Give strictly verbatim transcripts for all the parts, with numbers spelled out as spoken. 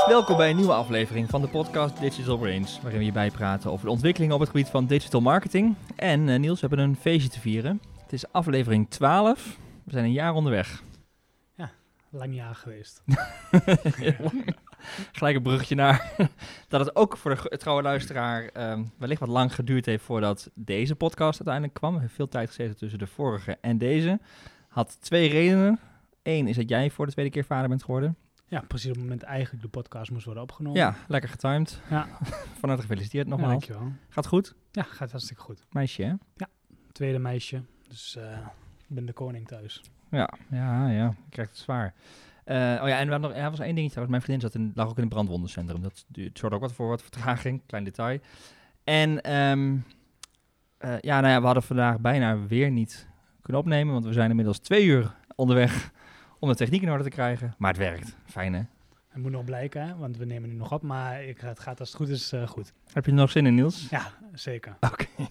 Welkom bij een nieuwe aflevering van de podcast Digital Brains, waarin we je bijpraten over de ontwikkelingen op het gebied van digital marketing. En uh, Niels, we hebben een feestje te vieren. Het is aflevering twaalf. We zijn een jaar onderweg. Ja, lang jaar geweest. Gelijk een bruggetje naar dat het ook voor de trouwe luisteraar um, wellicht wat lang geduurd heeft voordat deze podcast uiteindelijk kwam. Er heeft veel tijd gezeten tussen de vorige en deze. Had twee redenen. Eén is dat jij voor de tweede keer vader bent geworden. Ja, precies op het moment eigenlijk de podcast moest worden opgenomen. Ja, lekker getimed. Ja. Van harte gefeliciteerd Ja, nogmaals. dankjewel. Gaat goed? Ja, gaat hartstikke goed. Meisje, hè? Tweede meisje, dus uh, ik ben de koning thuis. Ja, ja, ja. Je krijgt het zwaar. Uh, oh ja, en we hadden nog, er was één dingetje trouwens. Mijn vriendin zat in, lag ook in het brandwondencentrum. Dat zorgde ook wat voor wat vertraging. Klein detail. En um, uh, ja, nou ja, we hadden vandaag bijna weer niet kunnen opnemen. Want we zijn inmiddels twee uur onderweg om de techniek in orde te krijgen. Maar het werkt. Fijn, hè? Het moet nog blijken, hè, want we nemen nu nog op. Maar ik, het gaat als het goed is uh, goed. Heb je er nog zin in, Niels? Ja, zeker. Oké. Okay.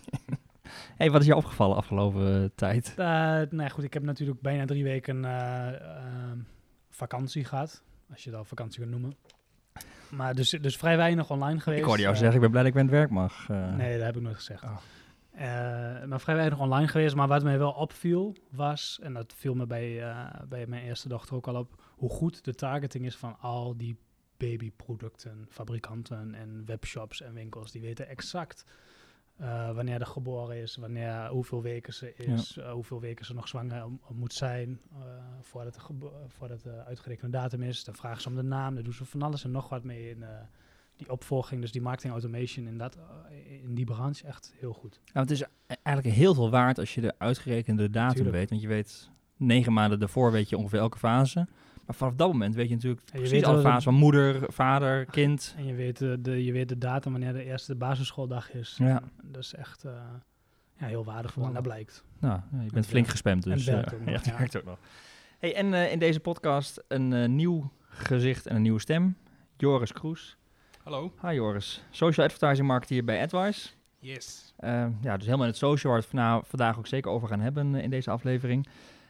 Hey, wat is je opgevallen afgelopen uh, tijd? Uh, nou ja, goed, ik heb natuurlijk bijna drie weken uh, uh, vakantie gehad. Als je dat vakantie kunt noemen. Maar dus, dus vrij weinig online geweest. Ik hoorde jou uh, zeggen, ik ben blij dat ik bij het werk mag. Uh. Nee, dat heb ik nooit gezegd. Oh. Uh, maar vrij weinig online geweest. Maar wat mij wel opviel was, en dat viel me bij, uh, bij mijn eerste dochter ook al op, hoe goed de targeting is van al die babyproducten, fabrikanten en webshops en winkels. Die weten exact uh, wanneer er geboren is, wanneer, hoeveel weken ze is, ja. uh, hoeveel weken ze nog zwanger um, moet zijn, uh, voordat de, gebo- voordat de uitgerekende datum is. Dan vragen ze om de naam, dan doen ze van alles en nog wat mee in uh, die opvolging. Dus die marketing automation in, dat, uh, in die branche echt heel goed. Ja, het is eigenlijk heel veel waard als je de uitgerekende datum Tuurlijk. weet. Want je weet, negen maanden daarvoor weet je ongeveer elke fase. Maar vanaf dat moment weet je natuurlijk je precies weet alle fases van moeder, vader, kind. En je weet, uh, de, je weet de datum wanneer de eerste basisschooldag is. Ja. Dat is echt uh, ja, heel waardevol en dat blijkt. Nou, ja, je bent flink ja. gespamd dus. En werkt ook nog. Ja, het werkt ook nog. Hey, en uh, in deze podcast een uh, nieuw gezicht en een nieuwe stem. Joris Kroes. Hallo. Hi Joris. Social advertising marketeer bij AdWise. Yes. Uh, ja, dus helemaal in het social waar we het vana- vandaag ook zeker over gaan hebben uh, in deze aflevering.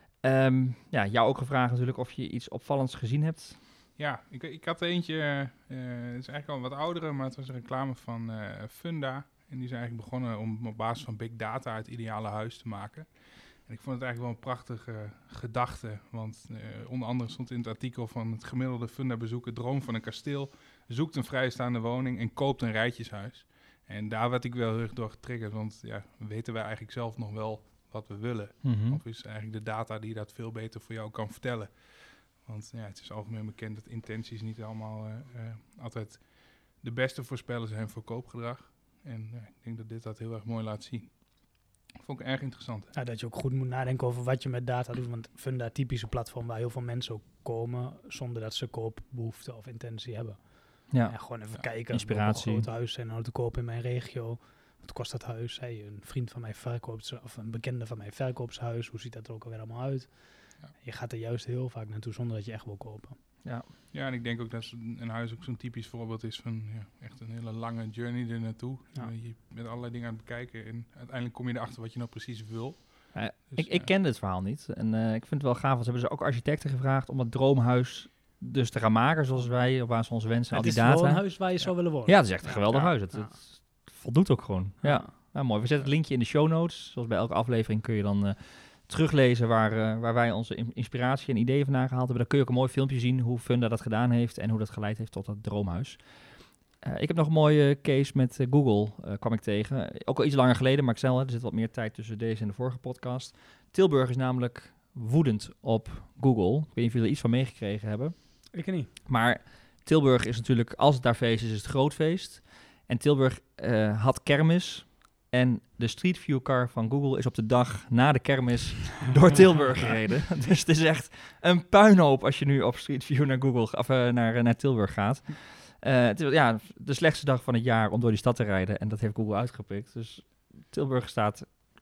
Um, ja, jou ook gevraagd natuurlijk of je iets opvallends gezien hebt. Ja, ik, ik had eentje, uh, het is eigenlijk al een wat oudere, maar het was een reclame van uh, Funda. En die is eigenlijk begonnen om op basis van big data het ideale huis te maken. En ik vond het eigenlijk wel een prachtige uh, gedachte, want uh, onder andere stond in het artikel van het gemiddelde Funda-bezoeker droom van een kasteel, zoekt een vrijstaande woning en koopt een rijtjeshuis. En daar werd ik wel heel erg door getriggerd, want ja, weten wij eigenlijk zelf nog wel wat we willen. Mm-hmm. Of is eigenlijk de data die dat veel beter voor jou kan vertellen. Want ja, het is algemeen bekend dat intenties niet allemaal uh, uh, altijd de beste voorspellen zijn voor koopgedrag. En uh, ik denk dat dit dat heel erg mooi laat zien. Vond ik erg interessant. Ja, dat je ook goed moet nadenken over wat je met data doet. Want Funda, typische platform waar heel veel mensen ook komen zonder dat ze koopbehoefte of intentie hebben. Ja. Ja, gewoon even ja. kijken. Inspiratie. Een groot huis en nou te kopen in mijn regio. Wat kost dat huis? Hey, een vriend van mij verkoopt, of een bekende van mij verkoopt zijn huis. Hoe ziet dat er ook alweer allemaal uit? Ja. Je gaat er juist heel vaak naartoe zonder dat je echt wil kopen. Ja, ja en ik denk ook dat een huis ook zo'n typisch voorbeeld is van ja, echt een hele lange journey er naartoe. Ja. Je bent allerlei dingen aan het bekijken en uiteindelijk kom je erachter wat je nou precies wil. Ja, dus, ik, ik kende het verhaal niet en uh, ik vind het wel gaaf. Want ze hebben dus ook architecten gevraagd om het droomhuis dus te gaan maken zoals wij op basis van onze wensen en al die data. Het is wel een huis waar je ja. zou willen wonen. Ja, het is echt een geweldig ja. huis. Het, ja. het voldoet ook gewoon. Ja. Ja. Ja, mooi. We zetten het linkje in de show notes. Zoals bij elke aflevering kun je dan uh, teruglezen waar, uh, waar wij onze inspiratie en ideeën vandaan gehaald hebben. Daar kun je ook een mooi filmpje zien hoe Funda dat gedaan heeft en hoe dat geleid heeft tot dat droomhuis. Uh, ik heb nog een mooie case met uh, Google, uh, kwam ik tegen. Ook al iets langer geleden, maar ik zei al, er zit wat meer tijd tussen deze en de vorige podcast. Tilburg is namelijk woedend op Google. Ik weet niet of jullie er iets van meegekregen hebben. Ik niet. Maar Tilburg is natuurlijk, als het daar feest is, is het groot feest. En Tilburg uh, had kermis. En de Street View car van Google is op de dag na de kermis door Tilburg gereden. Dus het is echt een puinhoop als je nu op Street View naar Google of uh, naar, uh, naar Tilburg gaat. Uh, het is ja, de slechtste dag van het jaar om door die stad te rijden. En dat heeft Google uitgepikt. Dus Tilburg staat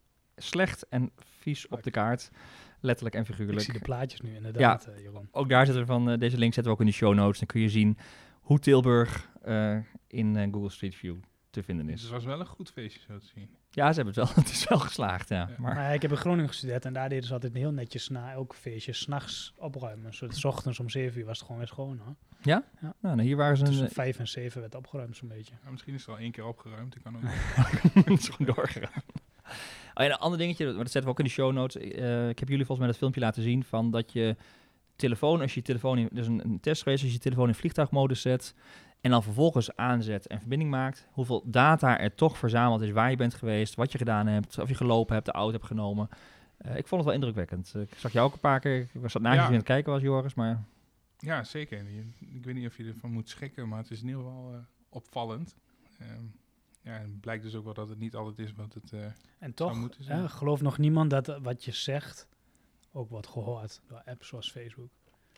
slecht en vies op de kaart. Letterlijk en figuurlijk. Ik zie de plaatjes nu inderdaad, ja, uh, Jeroen. Ook daar zetten we van, uh, deze link zetten we ook in de show notes. Dan kun je zien hoe Tilburg uh, in uh, Google Street View te vinden Dus is. het was wel een goed feestje, zo te zien. Ja, ze hebben het wel. Het is wel geslaagd, ja. Ja. Maar, Maar ik heb in Groningen gestudeerd en daar deden ze altijd heel netjes na elk feestje 's nachts opruimen. Zo, 's ochtends om zeven uur was het gewoon weer schoon, hoor. nou, nou, hier waren ze Tussen een... vijf en zeven werd opgeruimd zo'n beetje. Ja, misschien is het al één keer opgeruimd. Ik kan ook Het is gewoon doorgegaan. Oh, ja, een ander dingetje, maar dat zetten we ook in de show notes. Uh, ik heb jullie volgens mij dat filmpje laten zien van dat je telefoon, als je je telefoon in, dus een, een test geweest, als je je telefoon in vliegtuigmodus zet en dan vervolgens aanzet en verbinding maakt, hoeveel data er toch verzameld is, waar je bent geweest, wat je gedaan hebt, of je gelopen hebt, de auto hebt genomen. Uh, ik vond het wel indrukwekkend. Uh, ik zag jou ook een paar keer, ik was dat naast je Ja. aan het kijken was, Joris, maar... Ja, zeker. Je- Ik weet niet of je ervan moet schrikken, maar het is in ieder geval uh, opvallend. Um, ja, en het blijkt dus ook wel dat het niet altijd is wat het uh, En zou toch moeten zijn. uh, gelooft nog niemand dat uh, wat je zegt ook wordt gehoord door apps zoals Facebook.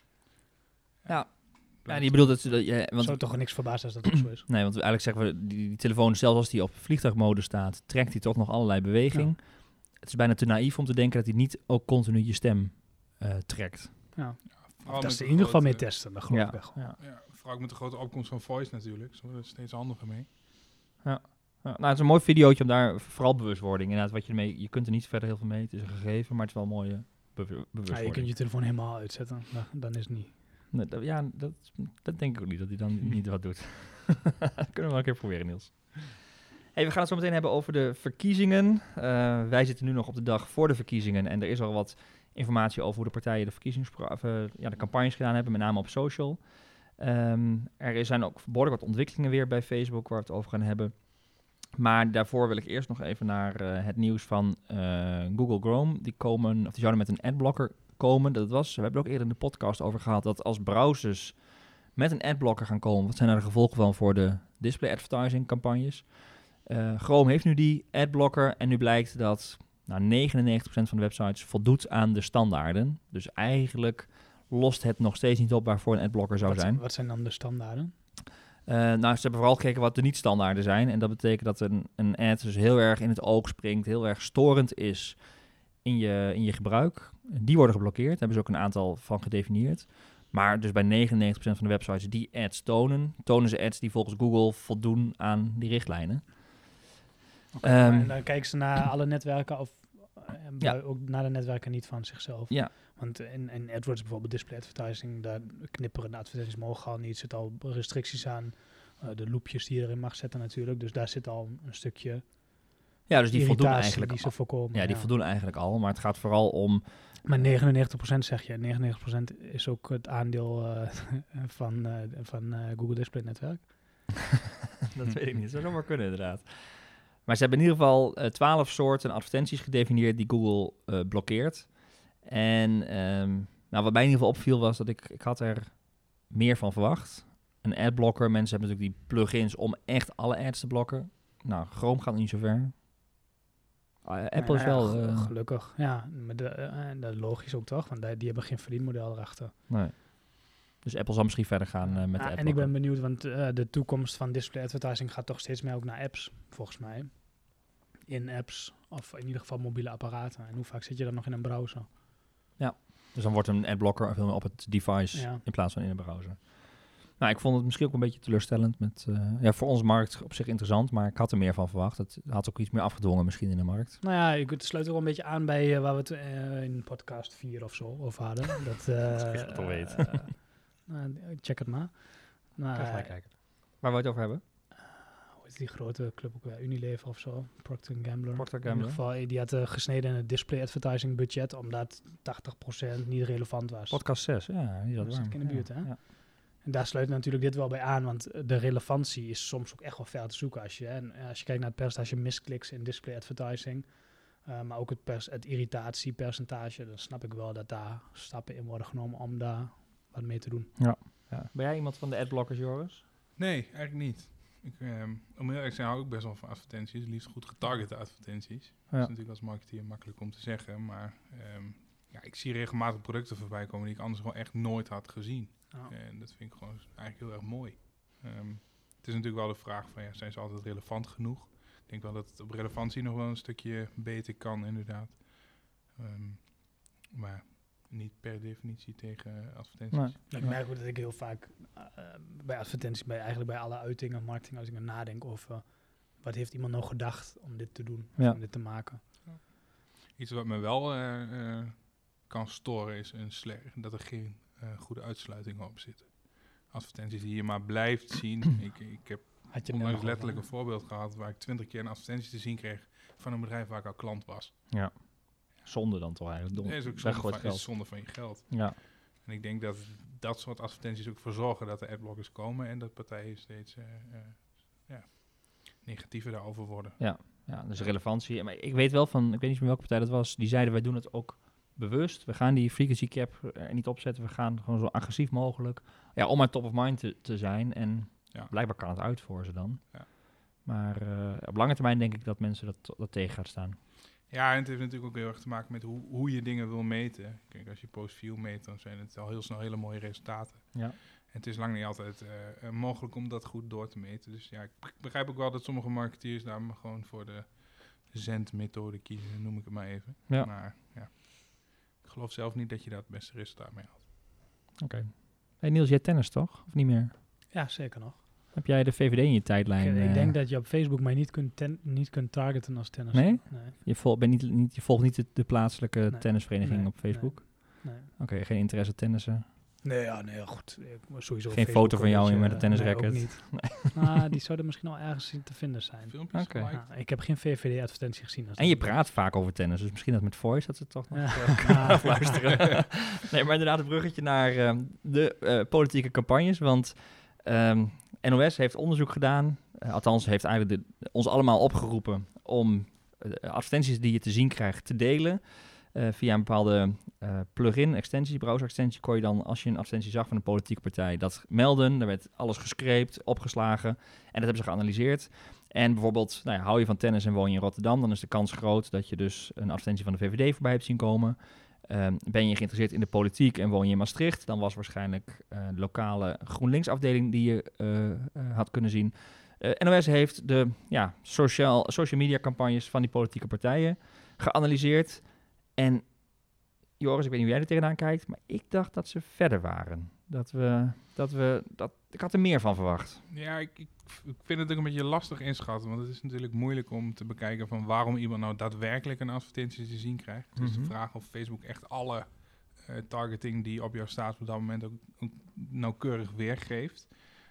Ja, Blijft- je bedoelt dat... ze dat je, Want, want, zou toch niks verbazen als dat ook zo is. nee, want eigenlijk zeggen we, die, die telefoon, zelfs als die op vliegtuigmodus staat, trekt hij toch nog allerlei beweging. Het is bijna te naïef om te denken dat hij niet ook continu je stem uh, trekt. Ja. Vooral Dat met is de in ieder geval mee grote- testen, dat geloof Ja. ik echt wel. Ja. Ja, vooral ook met de grote opkomst van voice natuurlijk. Zo wordt het steeds handiger mee. Ja, nou, het is een mooi videootje om daar, vooral bewustwording. Inderdaad, wat je ermee, je kunt er niet verder heel veel mee. Het is een gegeven, maar het is wel een mooie bewu- Ja, bewustwording. je kunt je telefoon helemaal uitzetten, dan, dan is het niet. Nee, dat, ja, dat, dat denk ik ook niet, dat hij dan niet wat doet. Dat kunnen we wel een keer proberen, Niels. Hey, we gaan het zo meteen hebben over de verkiezingen. Uh, wij zitten nu nog op de dag voor de verkiezingen en er is al wat informatie over hoe de partijen de verkiezings, of, uh, ja, de campagnes gedaan hebben, met name op social. Um, er zijn ook behoorlijk wat ontwikkelingen weer bij Facebook waar we het over gaan hebben. Maar daarvoor wil ik eerst nog even naar uh, het nieuws van uh, Google Chrome. Die komen, of die zouden met een adblocker komen. Dat was, we hebben er ook eerder in de podcast over gehad, dat als browsers met een adblocker gaan komen, wat zijn er de gevolgen van voor de display advertising campagnes? Uh, Chrome heeft nu die adblocker en nu blijkt dat nou, negenennegentig procent van de websites voldoet aan de standaarden. Dus eigenlijk lost het nog steeds niet op waarvoor een adblocker zou wat, zijn. Wat zijn dan de standaarden? Uh, nou, ze hebben vooral gekeken wat de niet-standaarden zijn. En dat betekent dat een, een ad dus heel erg in het oog springt, heel erg storend is in je, in je gebruik. Die worden geblokkeerd, daar hebben ze ook een aantal van gedefinieerd. Maar dus bij negenennegentig procent van de websites die ads tonen, tonen ze ads die volgens Google voldoen aan die richtlijnen. Okay, Um, en dan kijken ze naar alle netwerken of uh, Ja. ook naar de netwerken niet van zichzelf. Ja. Want in, in AdWords bijvoorbeeld display advertising, daar knipperen de advertenties mogen al niet. Er zitten al restricties aan. Uh, de loopjes die je erin mag zetten natuurlijk. Dus daar zit al een stukje Ja, dus die voldoen irritatie eigenlijk die ze al. voorkomen. Ja, die voldoen eigenlijk al. Maar het gaat vooral om... Maar negenennegentig procent zeg je. negenennegentig procent is ook het aandeel uh, van, uh, van uh, Google Display Netwerk. Dat weet ik niet. Dat zou maar kunnen, inderdaad. Maar ze hebben in ieder geval uh, twaalf soorten advertenties gedefinieerd die Google uh, blokkeert. En um, nou, wat mij in ieder geval opviel was dat ik, ik had er meer van verwacht. Een adblocker, mensen hebben natuurlijk die plugins om echt alle ads te blokken. Nou, Chrome gaat niet zo ver. Uh, Apple is Nou ja, wel... Uh, g- gelukkig, ja. Maar de, uh, dat is logisch ook toch, want die, die hebben geen verdienmodel erachter. nee. Dus Apple zal misschien verder gaan uh, met Ah, de en adblocker. ik ben benieuwd, want uh, de toekomst van display advertising gaat toch steeds meer ook naar apps, volgens mij. In apps, of in ieder geval mobiele apparaten. En hoe vaak zit je dan nog in een browser? Dus dan wordt een adblocker veel meer op het device Ja. in plaats van in de browser. Nou, ik vond het misschien ook een beetje teleurstellend. Met, uh, ja, voor onze markt op zich interessant, maar ik had er meer van verwacht. Het had ook iets meer afgedwongen misschien in de markt. Nou ja, ik, het sluit ook wel een beetje aan bij uh, waar we het uh, in podcast vier of zo over hadden. Dat, uh, Als je het al weet. uh, nou, check het maar. Nou, Ga gelijk kijken. Waar we het over hebben? hoe is die grote club ook weer? Unilever of zo? Procter and Gamble. Procter In Gamble. ieder geval, die had uh, gesneden in het display advertising budget, omdat tachtig procent niet relevant was. Podcast zes, ja. Die Dat zat zit warm. ik in de buurt, ja. hè? Ja. En daar sluit natuurlijk dit wel bij aan, want de relevantie is soms ook echt wel ver te zoeken. Als je, en als je kijkt naar het percentage miskliks in display advertising, uh, maar ook het, pers- het irritatiepercentage, dan snap ik wel dat daar stappen in worden genomen om daar wat mee te doen. Ja. Ben jij iemand van de adblockers, Joris? Nee, eigenlijk niet. Ik, um, om heel erg te zijn hou ik best wel van advertenties. Liefst goed getargete advertenties. Ja. Dat is natuurlijk als marketeer makkelijk om te zeggen. Maar um, ja, ik zie regelmatig producten voorbij komen die ik anders gewoon echt nooit had gezien. Oh. En dat vind ik gewoon eigenlijk heel erg mooi. Um, het is natuurlijk wel de vraag van, ja, zijn ze altijd relevant genoeg? Ik denk wel dat het op relevantie nog wel een stukje beter kan, inderdaad. Um, maar niet per definitie tegen advertenties. Nee. Ik merk ook dat ik heel vaak uh, bij advertenties, bij, eigenlijk bij alle uitingen, marketinguitingen nadenk over wat heeft iemand nou gedacht om dit te doen, Ja. om dit te maken. Iets wat me wel uh, uh, kan storen is een sle- dat er geen uh, goede uitsluitingen op zitten. Advertenties die je maar blijft zien. ik, ik heb Had je onlangs net nog letterlijk een over, voorbeeld gehad waar ik twintig keer een advertentie te zien kreeg van een bedrijf waar ik al klant was. Ja. Zonde dan toch eigenlijk. Dom. Dat is ook zonde Weggooid van, geld. is zonde van je geld. Ja. En ik denk dat dat soort advertenties ook voor zorgen dat de adblockers komen en dat partijen steeds uh, uh, ja, negatiever daarover worden. Ja, dus relevantie. Maar ik weet wel van, ik weet niet meer welke partij dat was, die zeiden wij doen het ook bewust. We gaan die frequency cap er niet opzetten. We gaan gewoon zo agressief mogelijk. Ja, om maar top of mind te, te zijn. En Ja. blijkbaar kan het uit voor ze dan. Ja. Maar uh, op lange termijn denk ik dat mensen dat, dat tegen gaat staan. Ja, en het heeft natuurlijk ook heel erg te maken met hoe, hoe je dingen wil meten. Kijk, als je post-view meet, dan zijn het al heel snel hele mooie resultaten. Ja. En het is lang niet altijd uh, mogelijk om dat goed door te meten. Dus ja, ik begrijp ook wel dat sommige marketeers daar maar gewoon voor de zendmethode kiezen, noem ik het maar even. Ja. Maar ja, ik geloof zelf niet dat je daar het beste resultaat mee had. Oké. Okay. Hey Niels, jij tennis toch? Of niet meer? Ja, zeker nog. Heb jij de V V D in je tijdlijn? Ik, ik uh, denk dat je op Facebook mij niet kunt, ten, niet kunt targeten als tennis. Nee? Nee. Je, vol, ben niet, niet, je volgt niet de, de plaatselijke Nee. tennisvereniging Nee. op Facebook? Nee. nee. Oké, okay, geen interesse tennissen? Nee, ja, nee, goed. Ik, sowieso geen Facebook foto van jou beetje, met een tennisracket? Nee, niet. Nee. Nou, die zouden misschien al ergens te vinden zijn. Filmpjes Oké. okay. Ja, ik heb geen V V D-advertentie gezien. En je praat vaak over tennis, dus misschien dat met Voice dat ze toch nog Ja. uh, Ja. afluisteren. Nee, maar inderdaad een bruggetje naar um, de uh, politieke campagnes, want um, N O S heeft onderzoek gedaan, uh, althans heeft eigenlijk de, ons allemaal opgeroepen om uh, advertenties die je te zien krijgt te delen. Uh, via een bepaalde uh, plugin, extensie, browser-extensie, kon je dan, als je een advertentie zag van een politieke partij, dat melden. Daar werd alles gescreept, opgeslagen en dat hebben ze geanalyseerd. En bijvoorbeeld, nou ja, hou je van tennis en woon je in Rotterdam, dan is de kans groot dat je dus een advertentie van de V V D voorbij hebt zien komen. Um, ben je geïnteresseerd in de politiek en woon je in Maastricht, dan was waarschijnlijk uh, de lokale GroenLinks-afdeling die je uh, uh, had kunnen zien. Uh, N O S heeft de ja, social, social media campagnes van die politieke partijen geanalyseerd. En Joris, ik weet niet hoe jij er tegenaan kijkt, maar ik dacht dat ze verder waren. Dat we, dat we, dat, ik had er meer van verwacht. Ja, ik, ik, ik vind het ook een beetje lastig inschatten, want het is natuurlijk moeilijk om te bekijken van waarom iemand nou daadwerkelijk een advertentie te zien krijgt. Dus Mm-hmm. de vraag of Facebook echt alle uh, targeting die op jou staat op dat moment ook, ook nauwkeurig weergeeft.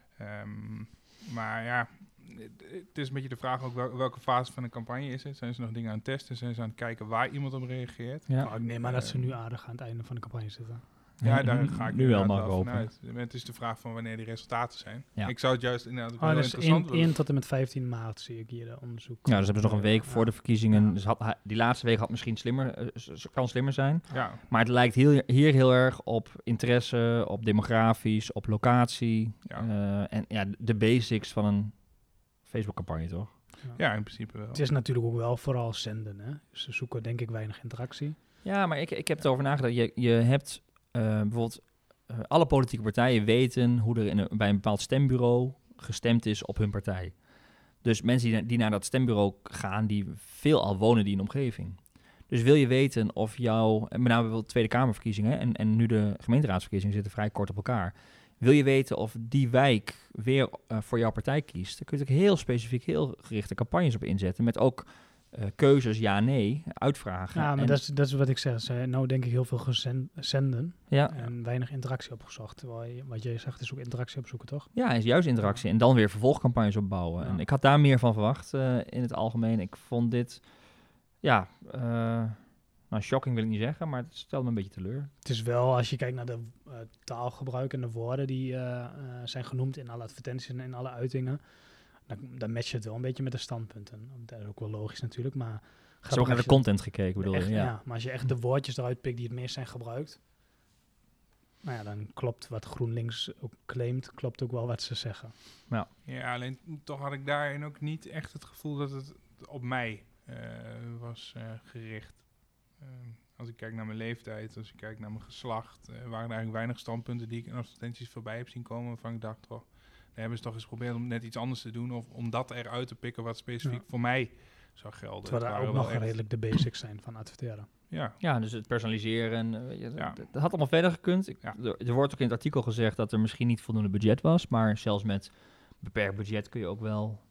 Um, maar ja, het, het is een beetje de vraag ook wel, welke fase van de campagne is het. Zijn ze nog dingen aan het testen? Zijn ze aan het kijken waar iemand op reageert? Ja. Nou, ik neem maar dat ze nu aardig aan het einde van de campagne zitten. Ja, daar ga ik nu wel inderdaad maar hopen. vanuit. Het is de vraag van wanneer die resultaten zijn. Ja. Ik zou het juist inderdaad ook Oh, wel dus interessant één, willen. één tot en met vijftien maart zie ik hier de onderzoek. Ja, dus hebben ze nog een week Ja. voor de verkiezingen. Ja. Dus had, ha- die laatste week had misschien slimmer, uh, s- kan slimmer zijn. Ja, Maar het lijkt heel, hier heel erg op interesse, op demografisch, op locatie. Ja. Uh, en ja, de basics van een Facebook-campagne, toch? ja, in principe wel. Het is natuurlijk ook wel vooral zenden. Hè? Ze zoeken denk ik weinig interactie. Ja, maar ik, ik heb erover nagedacht. Je, je hebt uh, bijvoorbeeld... Uh, alle politieke partijen weten hoe er in een, bij een bepaald stembureau gestemd is op hun partij. Dus mensen die, die naar dat stembureau gaan, die veelal wonen die in de omgeving. Dus wil je weten of jouw... Met name bijvoorbeeld Tweede Kamerverkiezingen en, en nu de gemeenteraadsverkiezingen zitten vrij kort op elkaar. Wil je weten of die wijk weer uh, voor jouw partij kiest, dan kun je natuurlijk heel specifiek, heel gerichte campagnes op inzetten. Met ook uh, keuzes ja, nee, uitvragen. Ja, maar en, dat is, dat is wat ik zeg. Ze nou denk ik heel veel gezen- zenden ja, en weinig interactie opgezocht. Terwijl je, wat jij zegt is ook interactie opzoeken, toch? Ja, is juist interactie. En dan weer vervolgcampagnes opbouwen. Ja. En ik had daar meer van verwacht uh, in het algemeen. Ik vond dit, ja, uh, nou, shocking wil ik niet zeggen, maar het stelde me een beetje teleur. Het is wel, als je kijkt naar de uh, taalgebruik en de woorden die uh, uh, zijn genoemd in alle advertenties en in alle uitingen, dan, dan matcht het wel een beetje met de standpunten. Dat is ook wel logisch natuurlijk, maar... Zo naar de content gekeken, bedoel je? Echt, Ja. ja, maar als je echt de woordjes eruit pikt die het meest zijn gebruikt, nou ja, dan klopt wat GroenLinks ook claimt, klopt ook wel wat ze zeggen. Ja, alleen toch had ik daarin ook niet echt het gevoel dat het op mij uh, was uh, gericht. Uh, als ik kijk naar mijn leeftijd, als ik kijk naar mijn geslacht, uh, waren er eigenlijk weinig standpunten die ik in advertenties voorbij heb zien komen, waarvan ik dacht, toch, daar hebben ze toch eens geprobeerd om net iets anders te doen, of om dat eruit te pikken wat specifiek Ja. voor mij zou gelden. Terwijl daar ook nog echt... redelijk de basics zijn van adverteren. Ja. ja, dus het personaliseren, uh, ja, ja. dat, dat had allemaal verder gekund. Ik, ja. er, er wordt ook in het artikel gezegd dat er misschien niet voldoende budget was, maar zelfs met beperkt budget kun je ook wel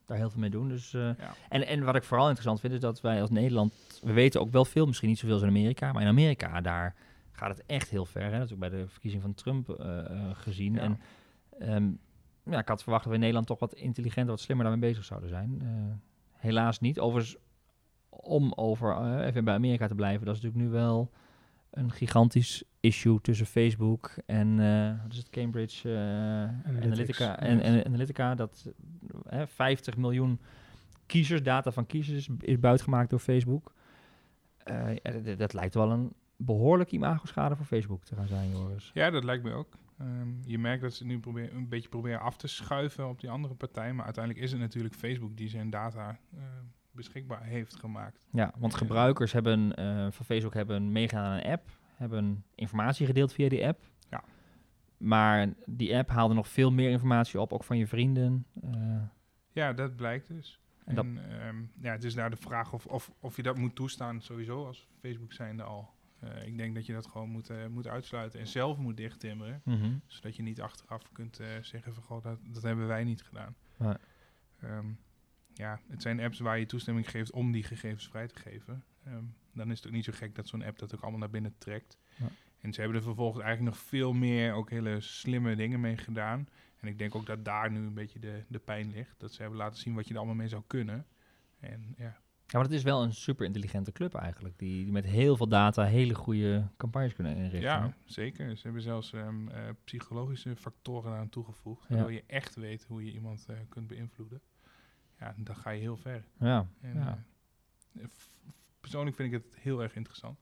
daar heel veel mee doen. Dus, uh, Ja. en, en wat ik vooral interessant vind, is dat wij als Nederland... We weten ook wel veel, misschien niet zoveel als in Amerika... maar in Amerika, daar gaat het echt heel ver. Hè? Dat is ook bij de verkiezing van Trump uh, uh, gezien. Ja. En um, ja, ik had verwacht dat we in Nederland toch wat intelligenter... wat slimmer daarmee bezig zouden zijn. Uh, helaas niet. Overigens, om over uh, even bij Amerika te blijven... dat is natuurlijk nu wel een gigantisch issue tussen Facebook en uh, wat is het, Cambridge uh, Analytica, en, en Analytica, dat uh, vijftig miljoen kiezers, data van kiezers, is buitgemaakt door Facebook. Uh, ja, dat, dat lijkt wel een behoorlijke imagoschade voor Facebook te gaan zijn, Joris. Ja, dat lijkt me ook. Um, je merkt dat ze nu probeer, een beetje proberen af te schuiven op die andere partij, maar uiteindelijk is het natuurlijk Facebook die zijn data uh, beschikbaar heeft gemaakt. Ja, want uh, gebruikers hebben uh, van Facebook hebben meegedaan aan een app, hebben informatie gedeeld via die app. Ja. Maar die app haalde nog veel meer informatie op, ook van je vrienden. Uh, ja, dat blijkt dus. En, en dat, um, ja, het is daar de vraag of, of, of je dat moet toestaan sowieso als Facebook zijnde al. Uh, ik denk dat je dat gewoon moet, uh, moet uitsluiten en zelf moet dichttimmeren. Mm-hmm. Zodat je niet achteraf kunt uh, zeggen van, goh, dat, dat hebben wij niet gedaan. Nee. Um, ja, het zijn apps waar je toestemming geeft om die gegevens vrij te geven. Um, dan is het ook niet zo gek dat zo'n app dat ook allemaal naar binnen trekt. Ja. En ze hebben er vervolgens eigenlijk nog veel meer ook hele slimme dingen mee gedaan. En ik denk ook dat daar nu een beetje de, de pijn ligt. Dat ze hebben laten zien wat je er allemaal mee zou kunnen. En ja... Ja, maar het is wel een super intelligente club eigenlijk, die, die met heel veel data hele goede campagnes kunnen inrichten. Ja, zeker. Ze hebben zelfs um, uh, psychologische factoren aan toegevoegd, ja. waardoor je echt weet hoe je iemand uh, kunt beïnvloeden. Ja, dan ga je heel ver. Ja. En, ja. Uh, f- persoonlijk vind ik het heel erg interessant.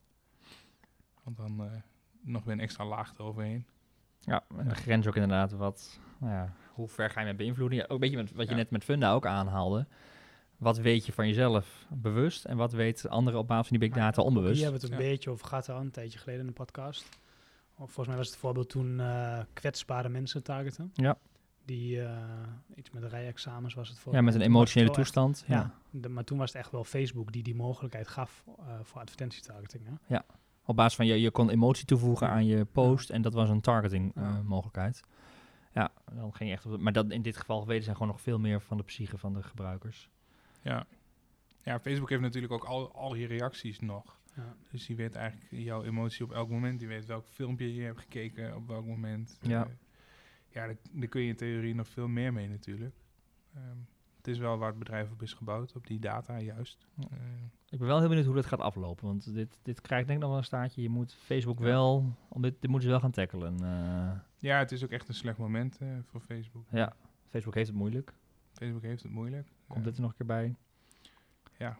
Want dan uh, nog weer een extra laag eroverheen. Ja, en de grens ook inderdaad wat, nou ja, hoe ver ga je met beïnvloeden? Ja, ook een beetje met wat je ja. net met Funda ook aanhaalde. Wat weet je van jezelf bewust en wat weet anderen op basis van die big data ja, onbewust? Hier hebben we het een ja. beetje over gehad al, een tijdje geleden in de podcast. Of volgens mij was het voorbeeld toen uh, kwetsbare mensen targeten. Ja. Die, uh, iets met rijexamens was het voor. Ja, met een emotionele toestand. Echt, ja, ja. De, maar toen was het echt wel Facebook die die mogelijkheid gaf uh, voor advertentietargeting. Hè? Ja, op basis van je, je kon emotie toevoegen ja. aan je post ja. en dat was een targeting uh, ja. mogelijkheid. Ja, dan ging je echt op de, maar dat, in dit geval weten zij gewoon nog veel meer van de psyche van de gebruikers. Ja. Ja, Facebook heeft natuurlijk ook al, al je reacties nog. Ja. Dus die weet eigenlijk jouw emotie op elk moment. Die weet welk filmpje je hebt gekeken op welk moment. Ja, uh, ja daar, daar kun je in theorie nog veel meer mee natuurlijk. Um, het is wel waar het bedrijf op is gebouwd, op die data juist. Ja. Uh, ik ben wel heel benieuwd hoe dat gaat aflopen. Want dit, dit krijgt denk ik nog wel een staartje. Je moet Facebook ja. wel, om dit, dit moeten ze wel gaan tackelen. Uh, ja, het is ook echt een slecht moment uh, voor Facebook. Ja, Facebook heeft het moeilijk. Facebook heeft het moeilijk. Komt uh, dit er nog een keer bij? Ja.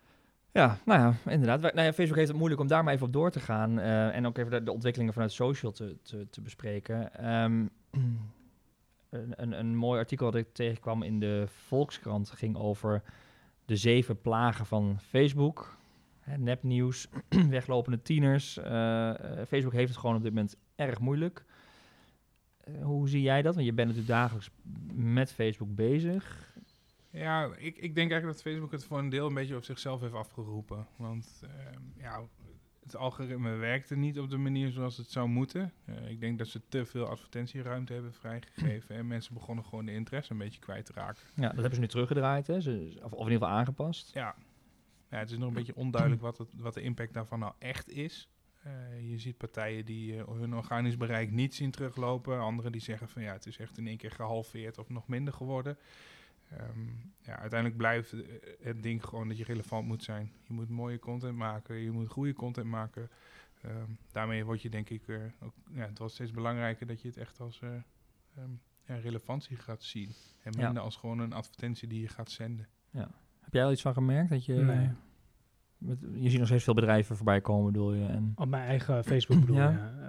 Ja, nou ja, inderdaad. Nou ja, Facebook heeft het moeilijk om daar maar even op door te gaan. Uh, en ook even de, de ontwikkelingen vanuit social te, te, te bespreken. Um, een, een, een mooi artikel dat ik tegenkwam in de Volkskrant ging over de zeven plagen van Facebook. Hè, nepnieuws, weglopende tieners. Uh, uh, Facebook heeft het gewoon op dit moment erg moeilijk. Uh, hoe zie jij dat? Want je bent natuurlijk dagelijks met Facebook bezig. Ja, ik, ik denk eigenlijk dat Facebook het voor een deel een beetje op zichzelf heeft afgeroepen. Want uh, ja, het algoritme werkte niet op de manier zoals het zou moeten. Uh, ik denk dat ze te veel advertentieruimte hebben vrijgegeven. En mensen begonnen gewoon de interesse een beetje kwijt te raken. Ja, dat hebben ze nu teruggedraaid, hè? Ze, of, of in ieder geval aangepast. Ja. Ja, het is nog een beetje onduidelijk wat, het, wat de impact daarvan nou echt is. Uh, je ziet partijen die uh, hun organisch bereik niet zien teruglopen. Anderen die zeggen van ja, het is echt in één keer gehalveerd of nog minder geworden. Um, ja, uiteindelijk blijft uh, het ding gewoon dat je relevant moet zijn. Je moet mooie content maken, je moet goede content maken. Um, daarmee word je denk ik, uh, ook, ja, het wordt steeds belangrijker dat je het echt als uh, um, ja, relevantie gaat zien. En minder ja. als gewoon een advertentie die je gaat zenden. Ja. Heb jij al iets van gemerkt? Dat je, nee. Met, je ziet nog steeds veel bedrijven voorbij komen, bedoel je? En op mijn eigen Facebook bedoel ja? je?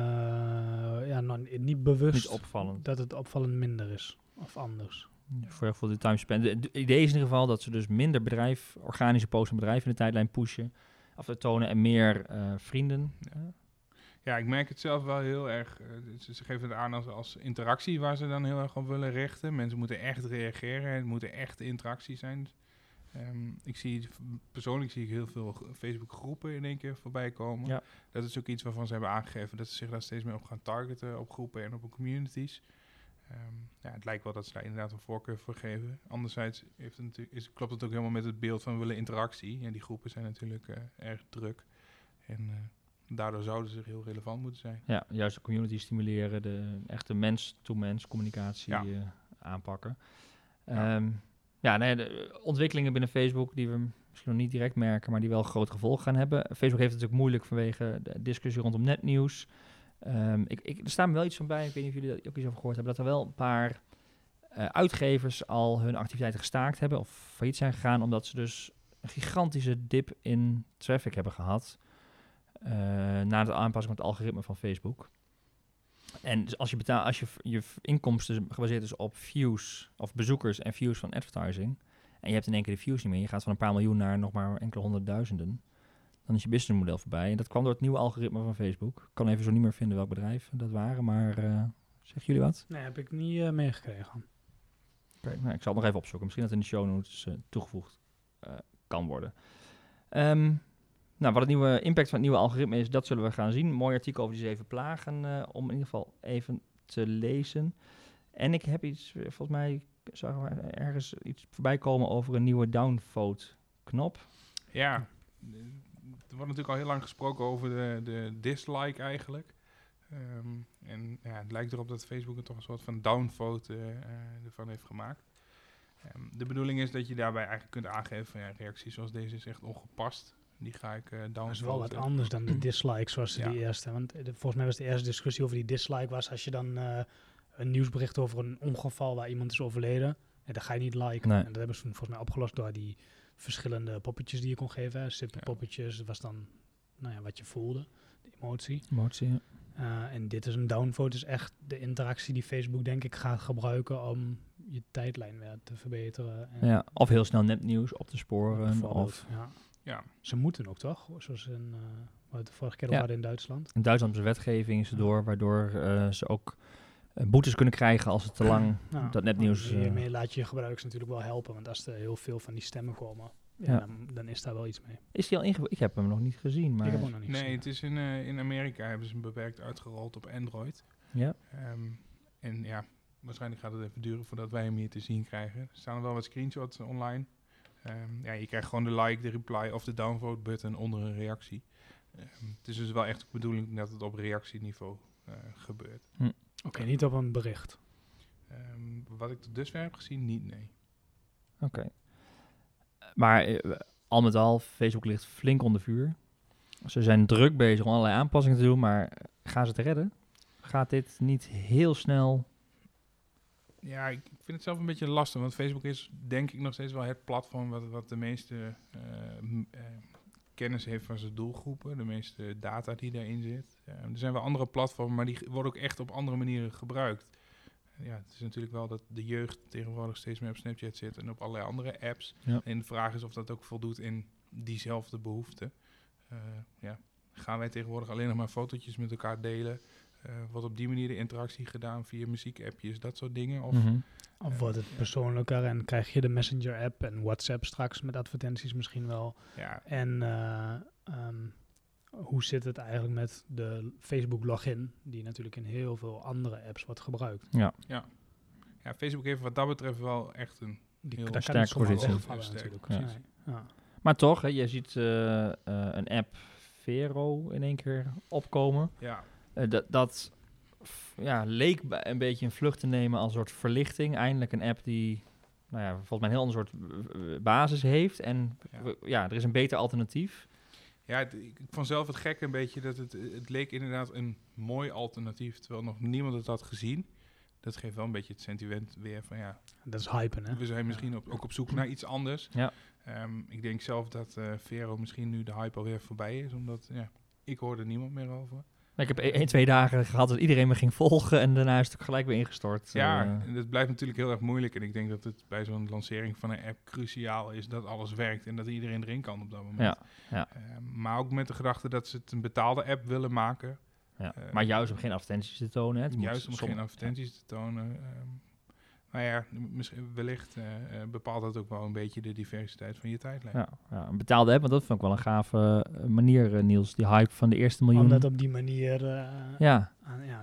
Uh, ja, nou, niet bewust niet opvallend. Dat het opvallend minder is. Of anders. Voor, voor de time spend. Het idee is in ieder geval dat ze dus minder bedrijf, organische posts van bedrijven in de tijdlijn pushen, af te tonen en meer uh, vrienden. Ja. ja, ik merk het zelf wel heel erg. Uh, ze, ze geven het aan als, als interactie waar ze dan heel erg op willen richten. Mensen moeten echt reageren. Het moet echt interactie zijn. Um, ik zie persoonlijk zie ik heel veel Facebook groepen in één keer voorbij komen. Ja. Dat is ook iets waarvan ze hebben aangegeven dat ze zich daar steeds meer op gaan targeten op groepen en op communities. Um, ja, het lijkt wel dat ze daar inderdaad een voorkeur voor geven. Anderzijds heeft het natuurlijk, is, klopt het ook helemaal met het beeld van we willen interactie. Ja, die groepen zijn natuurlijk uh, erg druk. En uh, daardoor zouden ze heel relevant moeten zijn. Ja, juist de community stimuleren, de echte mens-to-mens communicatie Ja. uh, aanpakken. Ja. Um, ja, nee, de ontwikkelingen binnen Facebook die we misschien nog niet direct merken, maar die wel groot gevolg gaan hebben. Facebook heeft het natuurlijk moeilijk vanwege de discussie rondom netnieuws. Um, ik, ik, er staat me wel iets van bij, ik weet niet of jullie er ook iets over gehoord hebben, dat er wel een paar uh, uitgevers al hun activiteiten gestaakt hebben of failliet zijn gegaan, omdat ze dus een gigantische dip in traffic hebben gehad uh, na de aanpassing van het algoritme van Facebook. En dus als je betaalt, als je je inkomsten gebaseerd is op views of bezoekers en views van advertising, en je hebt in één keer de views niet meer, je gaat van een paar miljoen naar nog maar enkele honderdduizenden, dan is je businessmodel voorbij. En dat kwam door het nieuwe algoritme van Facebook. Ik kan even zo niet meer vinden welk bedrijf dat waren, maar uh, zeggen jullie wat? Nee, heb ik niet uh, meegekregen. Okay, nou, ik zal het nog even opzoeken. Misschien dat in de show notes uh, toegevoegd uh, kan worden. Um, nou, wat het nieuwe impact van het nieuwe algoritme is, dat zullen we gaan zien. Mooi artikel over die zeven plagen, uh, om in ieder geval even te lezen. En ik heb iets, volgens mij, zag we ergens iets voorbij komen over een nieuwe downvote knop. Ja, er wordt natuurlijk al heel lang gesproken over de, de dislike eigenlijk. Um, en ja, het lijkt erop dat Facebook er toch een soort van downvote uh, uh, ervan heeft gemaakt. Um, de bedoeling is dat je daarbij eigenlijk kunt aangeven van ja, reacties zoals deze is echt ongepast. Die ga ik uh, downvoten. Dat is wel wat anders dan de dislike zoals Ja. die eerste. Want de, volgens mij was de eerste discussie over die dislike was als je dan uh, een nieuwsbericht over een ongeval waar iemand is overleden. En dan ga je niet liken. Nee. En dat hebben ze volgens mij opgelost door die verschillende poppetjes die je kon geven. Simpele Ja. poppetjes, dat was dan nou ja, wat je voelde, de emotie. Emotie, ja. Uh, en dit is een downvote, is echt de interactie die Facebook denk ik gaat gebruiken om je tijdlijn weer te verbeteren. En Ja, of heel snel nepnieuws op te sporen. bijvoorbeeld, Of ja. Ja. Ze moeten ook toch, zoals in, uh, wat we de vorige keer Ja. al hadden in Duitsland. in Duitsland is de wetgeving is erdoor, waardoor uh, ze ook uh, boetes kunnen krijgen als het te lang Nou, dat nepnieuws... nou, Uh, hiermee laat je je gebruikers natuurlijk wel helpen, want als er heel veel van die stemmen komen, ja, Ja. dan, dan is daar wel iets mee. is die al ingevoerd? Ik heb hem nog niet gezien, maar... Ik heb hem nog niet Nee, gezien. het is in, uh, in Amerika hebben ze hem beperkt uitgerold op Android. Ja? Um, en ja, waarschijnlijk gaat het even duren voordat wij hem hier te zien krijgen. Er staan er wel wat screenshots online. Um, ja, je krijgt gewoon de like, de reply of de downvote button onder een reactie. Um, het is dus wel echt de bedoeling dat het op reactieniveau uh, gebeurt. Oké, okay, niet op een bericht. Um, wat ik tot dusver heb gezien, niet, nee. Oké. Okay. Maar uh, al met al, Facebook ligt flink onder vuur. Ze zijn druk bezig om allerlei aanpassingen te doen, maar gaan ze het redden? Gaat dit niet heel snel... Ja, ik vind het zelf een beetje lastig, want Facebook is denk ik nog steeds wel het platform wat, wat de meeste uh, m- uh, kennis heeft van zijn doelgroepen, de meeste data die daarin zit. Uh, er zijn wel andere platformen, maar die g- worden ook echt op andere manieren gebruikt. Uh, ja, het is natuurlijk wel dat de jeugd tegenwoordig steeds meer op Snapchat zit en op allerlei andere apps. Ja. En de vraag is of dat ook voldoet in diezelfde behoefte. Uh, ja. Gaan wij tegenwoordig alleen nog maar fotootjes met elkaar delen? Uh, wordt op die manier de interactie gedaan via muziekappjes, dat soort dingen? Of Mm-hmm. Of wordt het persoonlijker en krijg je de Messenger-app en WhatsApp straks met advertenties misschien wel. ja, En uh, um, hoe zit het eigenlijk met de Facebook-login, die natuurlijk in heel veel andere apps wordt gebruikt. Ja. ja, Facebook heeft wat dat betreft wel echt een Die, heel daar sterke kan het zomaar positie. wegvallen Sterk, natuurlijk. ja. Nee, ja. Maar toch, hè, je ziet uh, uh, een app Vero in één keer opkomen. Ja, Uh, dat dat f- ja, leek bij een beetje een vlucht te nemen als een soort verlichting. Eindelijk een app die, nou ja, volgens mij een heel ander soort uh, basis heeft. En Ja. w- ja, er is een beter alternatief. ja het, ik vond zelf het gek een beetje dat het, het leek inderdaad een mooi alternatief, terwijl nog niemand het had gezien. Dat geeft wel een beetje het sentiment weer van ja, Dat is hypen, hè? we zijn misschien op, ook op zoek naar iets anders. Ja. Um, ik denk zelf dat uh, Vero misschien nu de hype alweer voorbij is, omdat ja, ik hoorde niemand meer over. Ik heb één, twee dagen gehad dat iedereen me ging volgen en daarna is het ook gelijk weer ingestort. Ja, Uh, en dat blijft natuurlijk heel erg moeilijk. En ik denk dat het bij zo'n lancering van een app cruciaal is dat alles werkt en dat iedereen erin kan op dat moment. ja, ja, Um, maar ook met de gedachte dat ze het een betaalde app willen maken. ja. Uh, maar juist om geen advertenties te tonen. Hè. Het moet Juist om som- geen advertenties te tonen. Um, maar ja, misschien, wellicht uh, uh, bepaalt dat ook wel een beetje de diversiteit van je tijdlijn. Ja, ja, een betaalde app, want dat vond ik wel een gave uh, manier, uh, Niels. Die hype van de eerste miljoen. Om dat op die manier uh, Ja, aan, ja,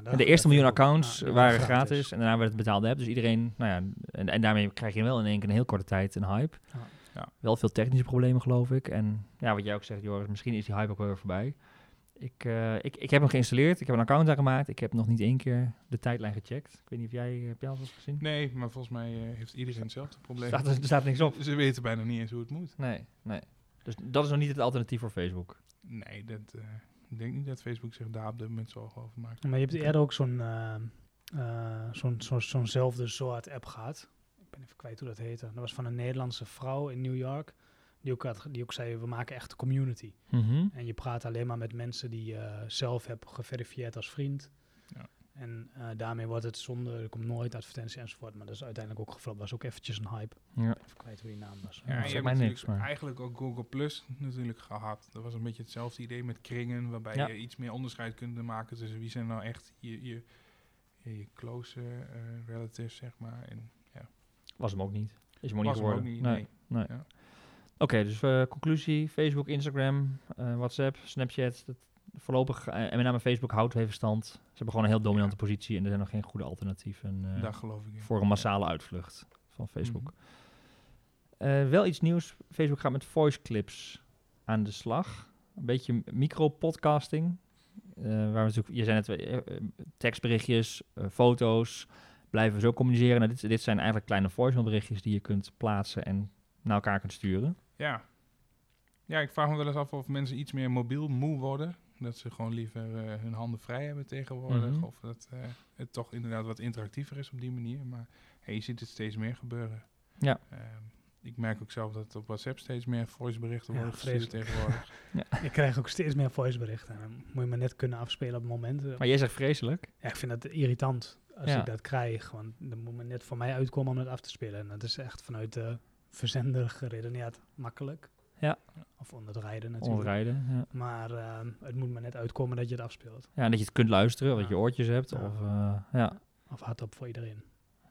dat- En de dat eerste vind miljoen ik ook- accounts ja, waren gratis. gratis en daarna werd het betaalde app. Dus iedereen, nou ja, en, en daarmee krijg je wel in één keer een heel korte tijd een hype. Ja. Ja. Wel veel technische problemen, geloof ik. En ja, wat jij ook zegt, Joris, misschien is die hype ook wel weer voorbij. Ik, uh, ik, ik heb hem geïnstalleerd, ik heb een account aangemaakt. Ik heb nog niet één keer de tijdlijn gecheckt. Ik weet niet of jij, heb jij al eens gezien? Nee, maar volgens mij uh, heeft iedereen hetzelfde probleem. Staat er, er staat niks op. Ze weten bijna niet eens hoe het moet. Nee, nee. Dus dat is nog niet het alternatief voor Facebook. Nee, dat, uh, ik denk niet dat Facebook zich daar op dit moment zorgen over maakt. Maar je hebt eerder ook zo'n uh, uh, zo'n zo, zo'nzelfde soort app gehad. Ik ben even kwijt hoe dat heette. Dat was van een Nederlandse vrouw in New York. Die ook, had, die ook zei, we maken echt een community. Mm-hmm. En je praat alleen maar met mensen die je uh, zelf hebt geverifieerd als vriend. Ja. En uh, daarmee wordt het zonder, er komt nooit advertentie enzovoort. Maar dat is uiteindelijk ook gevlogen. was ook eventjes een hype. Ja. Even kwijt hoe die naam was. Ja, Ja, je zeg hebt mij natuurlijk niks, maar- eigenlijk ook Google Plus natuurlijk gehad. Dat was een beetje hetzelfde idee met kringen, waarbij Ja. je iets meer onderscheid kunt maken tussen wie zijn nou echt je, je, je, je close uh, relatives, zeg maar. En, ja. Was hem ook niet. Is hem ook Was niet hem ook geworden. niet, nee. nee. nee. Ja. Oké, okay, dus uh, conclusie, Facebook, Instagram, uh, WhatsApp, Snapchat. Dat voorlopig, uh, en met name Facebook houdt even stand. Ze hebben gewoon een heel dominante Ja. positie en er zijn nog geen goede alternatieven uh, Daar geloof ik in. voor een massale uitvlucht van Facebook. Mhm. Uh, wel iets nieuws. Facebook gaat met voice clips aan de slag. Een beetje micro-podcasting. Uh, waar we natuurlijk, je zei net, uh, tekstberichtjes, uh, foto's, blijven we zo communiceren. Nou, dit, dit zijn eigenlijk kleine voicemail berichtjes die je kunt plaatsen en naar elkaar kunt sturen. Ja. Ja, ik vraag me wel eens af of mensen iets meer mobiel moe worden. Dat ze gewoon liever uh, hun handen vrij hebben tegenwoordig. Mm-hmm. Of dat uh, het toch inderdaad wat interactiever is op die manier. Maar hey, je ziet het steeds meer gebeuren. Ja. Uh, ik merk ook zelf dat op WhatsApp steeds meer voiceberichten worden Ja, gestuurd tegenwoordig. Ja. Ik krijg ook steeds meer voiceberichten. Dan moet je me net kunnen afspelen op het moment. Uh, Maar jij zegt vreselijk. Ja, ik vind dat irritant als Ja. ik dat krijg. Want dan moet me net voor mij uitkomen om het af te spelen. En dat is echt vanuit de verzender geredeneerd makkelijk. Ja. Of onder het rijden natuurlijk. Onrijden, ja. Maar uh, het moet me net uitkomen dat je het afspeelt. Ja, en dat je het kunt luisteren, Ja. dat je oortjes hebt. Ja. Of, uh, ja. Of hardop voor iedereen.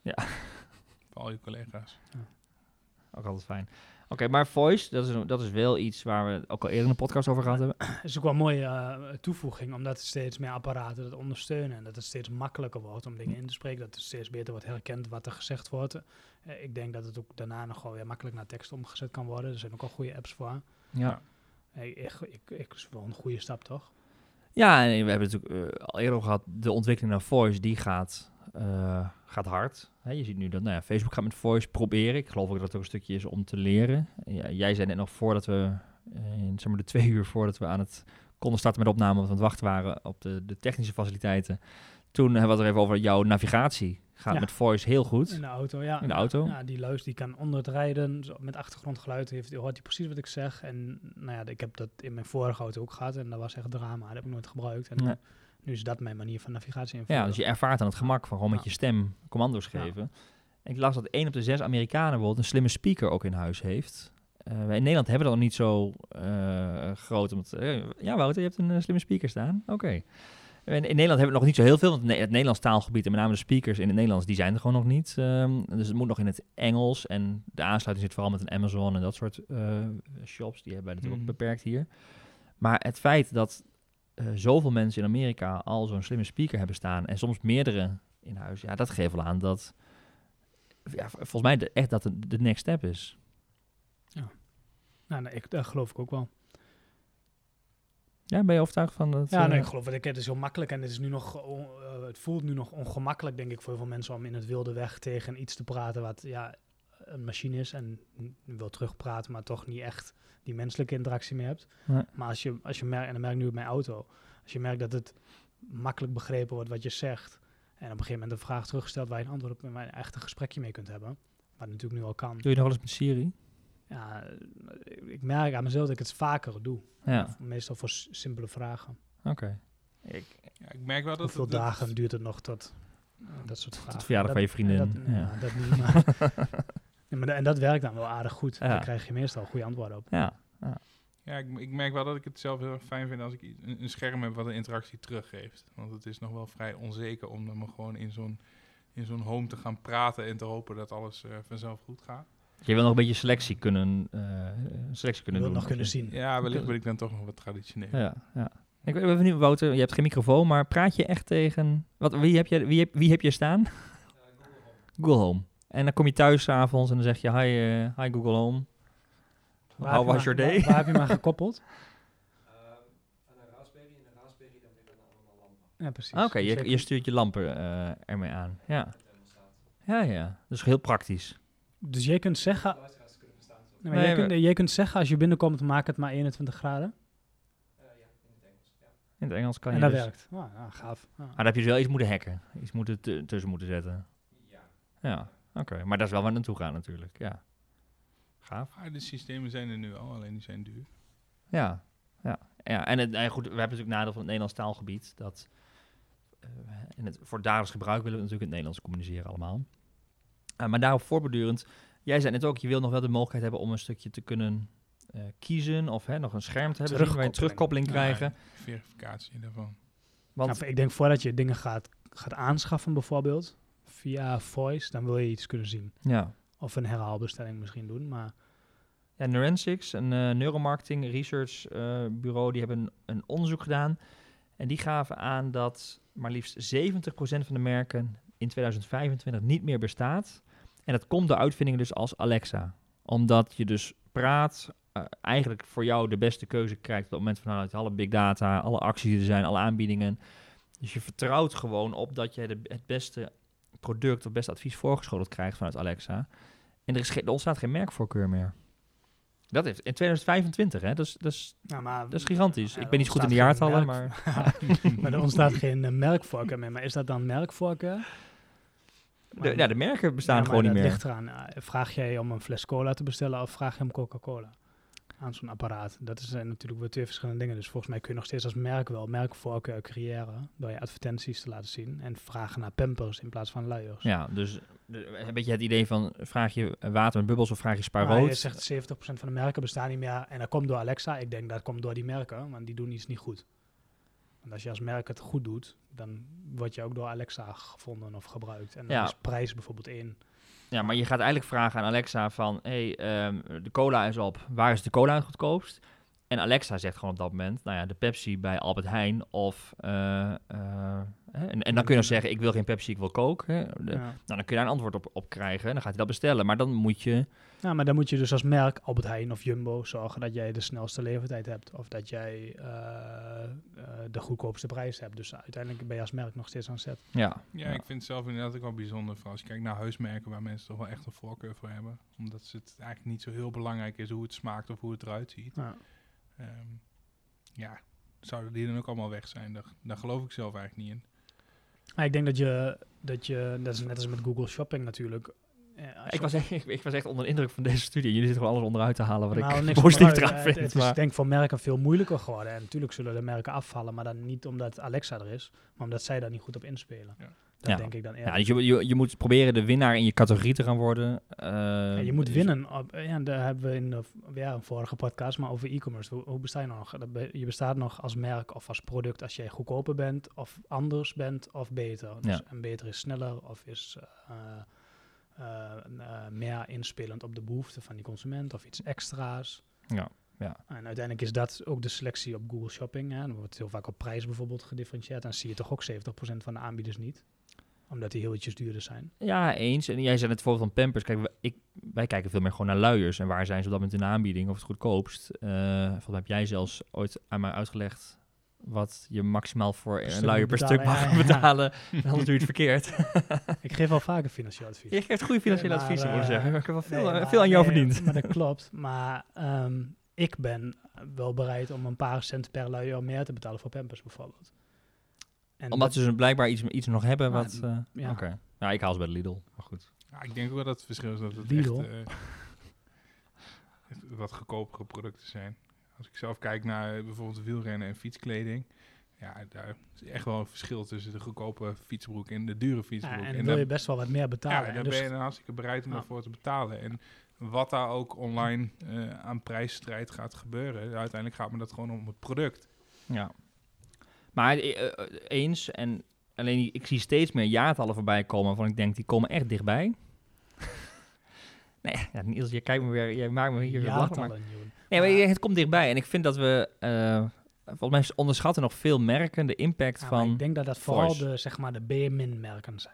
Voor al je collega's. Ook altijd fijn. Oké, okay, maar voice, dat is, dat is wel iets waar we ook al eerder in de podcast over gehad hebben. Het is ook wel een mooie uh, toevoeging, omdat steeds meer apparaten dat ondersteunen. En dat het steeds makkelijker wordt om dingen in te spreken. Dat het steeds beter wordt herkend wat er gezegd wordt. Uh, ik denk dat het ook daarna nog wel weer makkelijk naar tekst omgezet kan worden. Er zijn ook al goede apps voor. Ja. Hey, ik, ik, ik is wel een goede stap, toch? Ja, en we hebben natuurlijk uh, al eerder over gehad, de ontwikkeling naar voice, die gaat, uh, gaat hard. Hè, je ziet nu dat, nou ja, Facebook gaat met voice proberen. Ik geloof ook dat het ook een stukje is om te leren. Ja, jij zei net nog voordat we, uh, in, zeg maar de twee uur voordat we aan het konden starten met opname, want we aan het wachten waren op de, de technische faciliteiten. Toen hebben we het er even over jouw navigatie. Gaat Ja. met voice heel goed. In de auto, ja. In de auto? Ja, die luister, die kan onder het rijden, zo met achtergrondgeluid heeft, hoort hij precies wat ik zeg. En nou ja, ik heb dat in mijn vorige auto ook gehad en dat was echt drama. Dat heb ik nooit gebruikt. En Nee. nu is dat mijn manier van navigatie invoeren. Ja, dus je ervaart aan het gemak van gewoon met Ja. je stem commando's Ja. geven. En ik las dat één op de zes Amerikanen bijvoorbeeld een slimme speaker ook in huis heeft. Uh, wij in Nederland hebben dat nog niet zo uh, groot. Omdat, uh, ja, Wouter, je hebt een uh, slimme speaker staan. Oké. Okay. In, in Nederland hebben we nog niet zo heel veel, want het Nederlands taalgebied en met name de speakers in het Nederlands, die zijn er gewoon nog niet. Um, dus het moet nog in het Engels en de aansluiting zit vooral met een Amazon en dat soort uh, shops. Die hebben wij natuurlijk Mm. ook beperkt hier. Maar het feit dat uh, zoveel mensen in Amerika al zo'n slimme speaker hebben staan en soms meerdere in huis, ja, dat geeft wel aan dat, ja, volgens mij de, echt dat de, de next step is. Nou, nee, ik, dat geloof ik ook wel. Ja, ben je overtuigd van dat? Ja, uh, nee, ik geloof dat ik, het is heel makkelijk en het is nu nog, on, uh, het voelt nu nog ongemakkelijk, denk ik, voor heel veel mensen om in het wilde weg tegen iets te praten wat ja, een machine is en wil terugpraten, maar toch niet echt die menselijke interactie meer hebt. Nee. Maar als je, als je merkt, en dan merk ik nu op mijn auto, als je merkt dat het makkelijk begrepen wordt wat je zegt en op een gegeven moment een vraag terugstelt waar je een antwoord op en waar je echt een gesprekje mee kunt hebben, wat natuurlijk nu al kan. Doe je nog wel eens met Siri? Ja, ik merk aan mezelf dat ik het vaker doe. Ja, Meestal voor s- simpele vragen. oké. Okay. Ik, Ja, ik merk wel dat... Hoeveel dat, dagen duurt het nog tot uh, dat soort vragen? Tot verjaardag Dat- van je vriendin. Dat, Ja. ja, dat niet, maar, ja, maar da- en dat werkt dan wel aardig goed. Ja. Daar krijg je meestal goede antwoorden op. Ja, Ja, ik, ik merk wel dat ik het zelf heel erg fijn vind als ik i- een, een scherm heb wat een interactie teruggeeft. Want het is nog wel vrij onzeker om dan maar gewoon in zo'n, in zo'n home te gaan praten en te hopen dat alles uh, vanzelf goed gaat. je wil nog een beetje selectie kunnen, uh, selectie Je kunnen wilt doen. nog kunnen of je- zien. Ja, wellicht ben ik dan toch nog wat traditioneel. Ja, ja. Ik ben even benieuwd, Wouter, je hebt geen microfoon, maar praat je echt tegen... Wat, wie, heb je, wie, heb, wie heb je staan? Uh, Google Home. Google Home. En dan kom je thuis 's avonds en dan zeg je, hi, uh, hi Google Home. Waar How was maar, your day? Waar, waar heb je maar gekoppeld? Uh, aan een Raspberry en een Raspberry, dan ben ik dan allemaal lampen. Ja, precies. Ah, Oké, okay, Dus je, je stuurt je lampen uh, ermee aan. Ja. Ja, ja. Dus heel praktisch. Dus jij kunt zeggen... Nee, maar Nee, jij, we- kunt, jij kunt zeggen als je binnenkomt, maak het maar eenentwintig graden. Uh, ja, in het Engels. Ja. In het Engels kan En je dat dus... werkt. Ah, ja, gaaf. Ah. Maar dan heb je dus wel iets moeten hacken. Iets moeten t- tussen moeten zetten. Ja. Ja, oké. Okay. Maar dat is wel waar naartoe gaan natuurlijk. Ja. Gaaf. Ah, de systemen zijn er nu al, alleen die zijn duur. Ja, ja. ja. En, het, en goed, we hebben natuurlijk nadeel van het Nederlands taalgebied. Dat, uh, en het, voor dagelijks gebruik willen we natuurlijk in het Nederlands communiceren allemaal. Uh, maar daarop voortbedurend, jij zei net ook, je wil nog wel de mogelijkheid hebben om een stukje te kunnen uh, kiezen. Of hè, nog een scherm te hebben waar je een terugkoppeling krijgen. Ja, verificatie daarvan. Want, Nou, ik denk voordat je dingen gaat, gaat aanschaffen bijvoorbeeld, via voice, dan wil je iets kunnen zien. ja. Of een herhaalbestelling misschien doen, maar... Ja, Neurensics, een uh, neuromarketing research uh, bureau, die hebben een, een onderzoek gedaan. En die gaven aan dat maar liefst zeventig procent van de merken in tweeduizend vijfentwintig niet meer bestaat. En dat komt door uitvindingen dus als Alexa. Omdat je dus praat, uh, eigenlijk voor jou de beste keuze krijgt op het moment van nou, alle big data, alle acties die er zijn, alle aanbiedingen. Dus je vertrouwt gewoon op dat je de, het beste product of het beste advies voorgeschoteld krijgt vanuit Alexa. En er, is geen, er ontstaat geen merkvoorkeur meer. Dat heeft in tweeduizend vijfentwintig, hè? Dat is, dat is, Nou, maar dat is gigantisch. ja, Ik ben niet er zo goed in de ontstaat geen jaartallen, merk- maar... maar er ontstaat geen uh, merkvoorkeur meer. Maar is dat dan merkvoorkeur? De, ja, de merken bestaan Ja, maar gewoon niet dat meer. ligt eraan. Uh, vraag jij om een fles cola te bestellen of vraag je om Coca-Cola? Aan zo'n apparaat. Dat zijn natuurlijk weer twee verschillende dingen. Dus volgens mij kun je nog steeds als merk wel merkvoorkeur creëren door je advertenties te laten zien en vragen naar Pampers in plaats van luiers. Ja, dus de, een beetje het idee van vraag je water met bubbels of vraag je Spa Maar je rood. zegt zeventig procent van de merken bestaan niet meer en dat komt door Alexa. Ik denk dat komt door die merken, want die doen iets niet goed. Want als je als merk het goed doet, dan word je ook door Alexa gevonden of gebruikt. En dan Ja. is prijs bijvoorbeeld één. Ja, maar je gaat eigenlijk vragen aan Alexa van... hé, hey, um, de cola is op. Waar is de cola het goedkoopst? En Alexa zegt gewoon op dat moment... nou ja, de Pepsi bij Albert Heijn of... Uh, uh, hè, en, en dan kun je dan zeggen... ik wil geen Pepsi, ik wil Coke. Hè? De, Ja. Nou, dan kun je daar een antwoord op, op krijgen. En dan gaat hij dat bestellen. Maar dan moet je... Ja, maar dan moet je dus als merk Albert Heijn of Jumbo zorgen dat jij de snelste levertijd hebt. Of dat jij uh, uh, de goedkoopste prijs hebt. Dus uiteindelijk ben je als merk nog steeds aan zet. Ja, Ja, ik vind het zelf inderdaad ook wel bijzonder. Voor als je kijkt naar huismerken waar mensen toch wel echt een voorkeur voor hebben. Omdat het eigenlijk niet zo heel belangrijk is hoe het smaakt of hoe het eruit ziet. Ja. Um, ja, zouden die dan ook allemaal weg zijn? Daar, daar geloof ik zelf eigenlijk niet in. Maar ik denk dat je, dat je, dat is net als met Google Shopping natuurlijk. Eh, als ik je- was, echt, ik, ik was echt onder de indruk van deze studie. Jullie zitten gewoon alles onderuit te halen wat Nou, ik niks positief onderuit. eraan Het- vind. Het is maar- denk ik voor merken veel moeilijker geworden. En natuurlijk zullen de merken afvallen, maar dan niet omdat Alexa er is, maar omdat zij daar niet goed op inspelen. Ja. Dat Ja. denk ik dan eerder. Ja, dus je, je, je moet proberen de winnaar in je categorie te gaan worden. Uh, Ja, je moet dus- winnen. Op, ja, daar hebben we in de ja, een vorige podcast, maar over e-commerce. Hoe, hoe besta je nog? Dat be- Je bestaat nog als merk of als product als jij goedkoper bent, of anders bent, of beter. Dus Ja. en beter is sneller, of is uh, uh, uh, meer inspelend op de behoeften van die consument, of iets extra's. Ja, ja. En uiteindelijk is dat ook de selectie op Google Shopping. Hè. Dan wordt heel vaak op prijs bijvoorbeeld gedifferentieerd. Dan zie je toch ook zeventig procent van de aanbieders niet. Omdat die heel ietsjes duurder zijn. Ja, eens. En jij zei het voorbeeld van Pampers. Kijk, wij, ik, wij kijken veel meer gewoon naar luiers. En waar zijn ze op dat moment in de aanbieding of het goedkoopst. Uh, volgens mij heb jij zelfs ooit aan mij uitgelegd wat je maximaal voor een stuk luier moet per stuk betalen, mag ja, ja. betalen. Anders doe je het verkeerd. Ik geef wel vaker financieel advies. Je geeft goede financiële Maar, adviezen, uh, moet ik zeggen. Ik heb wel veel, Nee, maar- veel aan jou nee, verdiend. Maar dat klopt. Maar um, ik ben wel bereid om een paar cent per luier meer te betalen voor Pampers bijvoorbeeld. En Omdat dat- ze blijkbaar iets, iets nog hebben Maar, wat... Uh, ja. Oké. Okay. Ja, ik haal ze bij de Lidl. Maar goed. Ja, ik denk ook wel dat het verschil is dat het Lidl. echt, uh, echt wat goedkopere producten zijn. Als ik zelf kijk naar uh, bijvoorbeeld wielrennen en fietskleding. Ja, daar is echt wel een verschil tussen de goedkope fietsbroek en de dure fietsbroek. Ja, en en dan dan, wil je best wel wat meer ja, betalen. dan En ben dus, je dan hartstikke bereid om Ja. daarvoor te betalen. En wat daar ook online uh, aan prijsstrijd gaat gebeuren, uiteindelijk gaat me dat gewoon om het product. Ja. Maar uh, uh, eens, en alleen ik zie steeds meer jaartallen voorbij komen waarvan ik denk, die komen echt dichtbij. Nee, ja, Niels, je kijkt me weer, jij maakt me hier weer lachen. Maar, jaartallen, Jeroen. nee, maar Maar- je- het komt dichtbij en ik vind dat we uh, volgens mij onderschatten nog veel merken de impact Ja, maar van... ik denk dat dat vooral voice. de, zeg maar, de B-min-merken zijn.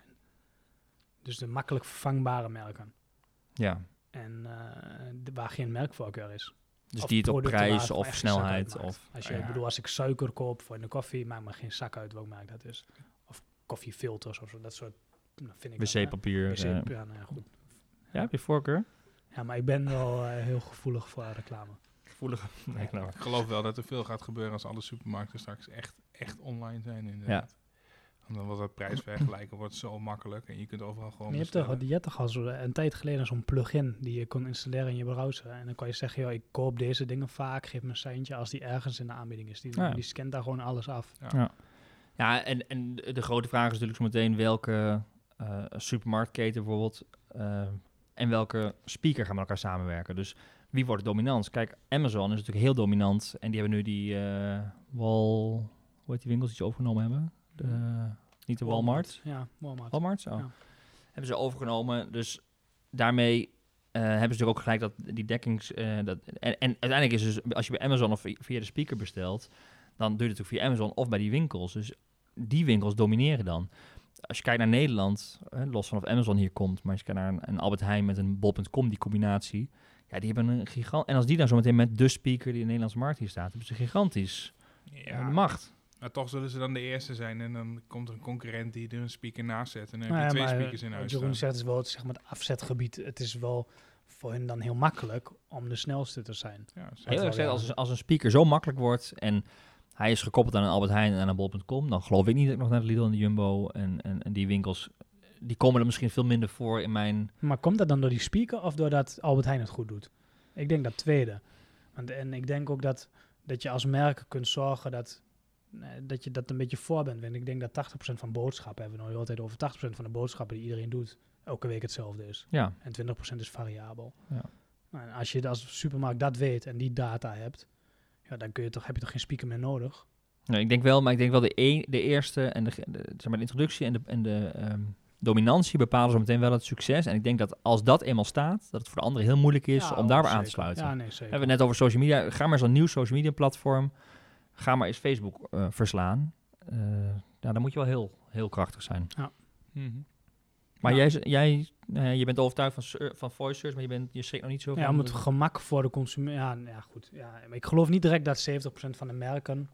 Dus de makkelijk vervangbare merken. Ja, En eh, de- waar geen merkvoorkeur is. dus Of die het op producten waar prijs het gewoon of echt geen zak snelheid uitmaakt. of... Als je, Ja. ik bedoel, als ik suiker koop voor in de koffie, maakt me geen zak uit welk merk dat is. Of koffiefilters of zo, dat soort, nou, vind ik dan, hè. wc-papier. wc, eh, ja, nou ja, goed. ja, heb je voorkeur? Ja, maar ik ben wel eh, heel gevoelig voor reclame. Gevoelig. Nee, nou. Ik geloof wel dat er veel gaat gebeuren als alle supermarkten straks echt, echt online zijn inderdaad. Want dan wordt dat prijsvergelijken wordt zo makkelijk en je kunt overal gewoon Maar je hebt, bestellen. toch, je hebt toch al zo, een tijd geleden zo'n plugin die je kon installeren in je browser. En dan kan je zeggen, joh, ik koop deze dingen vaak, geef me een seintje als die ergens in de aanbieding is. Die, Ja. die scant daar gewoon alles af. Ja, en, en de de grote vraag is natuurlijk zo meteen welke eh, supermarktketen bijvoorbeeld eh, en welke speaker gaan met elkaar samenwerken. Dus wie wordt dominant? Kijk, Amazon is natuurlijk heel dominant en die hebben nu die eh Wal... Hoe heet die winkels die ze overgenomen hebben? De, niet de Walmart. Ja, Walmart. Walmart, zo. Ja. Hebben ze overgenomen. Dus daarmee eh, hebben ze natuurlijk ook gelijk dat die dekkings... eh, dat, en, en uiteindelijk is dus, als je bij Amazon of via de speaker bestelt, dan doe je het natuurlijk via Amazon of bij die winkels. Dus die winkels domineren dan. Als je kijkt naar Nederland, eh, los van of Amazon hier komt, maar als je kijkt naar een, een Albert Heijn met een bol punt com, die combinatie, ja, die hebben een gigant. En als die dan zometeen met de speaker die in de Nederlandse markt hier staat, hebben ze gigantisch eh, Ja, macht. maar toch zullen ze dan de eerste zijn en dan komt er een concurrent die er een speaker naast zet en dan Nou heb ja, je twee maar, speakers in eh, huis Jeroen staan. zegt is wel het, zeg maar, het afzetgebied. Het is wel voor hen dan heel makkelijk om de snelste te zijn. Ja, zeker. Heel erg wel, gezegd, ja. als, als een speaker zo makkelijk wordt en hij is gekoppeld aan een Albert Heijn en aan een bol punt com, dan geloof ik niet dat ik nog naar de Lidl en de Jumbo en, en, en die winkels, die komen er misschien veel minder voor in mijn... Maar komt dat dan door die speaker of doordat Albert Heijn het goed doet? Ik denk dat tweede. Want, en ik denk ook dat, dat je als merk kunt zorgen dat, eh, dat je dat een beetje voor bent. Want ik denk dat tachtig procent van boodschappen, hebben we nog altijd over tachtig procent van de boodschappen die iedereen doet, elke week hetzelfde is. Ja, En twintig procent is variabel. Ja. Nou, en als je als supermarkt dat weet en die data hebt, ja, dan kun je toch, heb je toch geen speaker meer nodig? nee, ik denk wel, maar ik denk wel de, e- de eerste en de, de, zeg maar de introductie en de, en de ehm, dominantie bepalen zo meteen wel het succes. En ik denk dat als dat eenmaal staat, dat het voor de anderen heel moeilijk is Ja, om daarbij zeker. aan te sluiten. Ja, nee, We zeker. hebben het net over social media. Ga maar eens een nieuw social media platform. Ga maar eens Facebook eh, verslaan. Eh nou, dan moet je wel heel, heel krachtig zijn. Mhm. Maar Ja. jij, z- jij eh, je bent overtuigd van, sur- van voice search, maar je, bent, je schrikt nog niet zo van... Ja, om het de- gemak voor de consument. Ja, n- ja, goed. Ja, maar ik geloof niet direct dat zeventig procent van de merken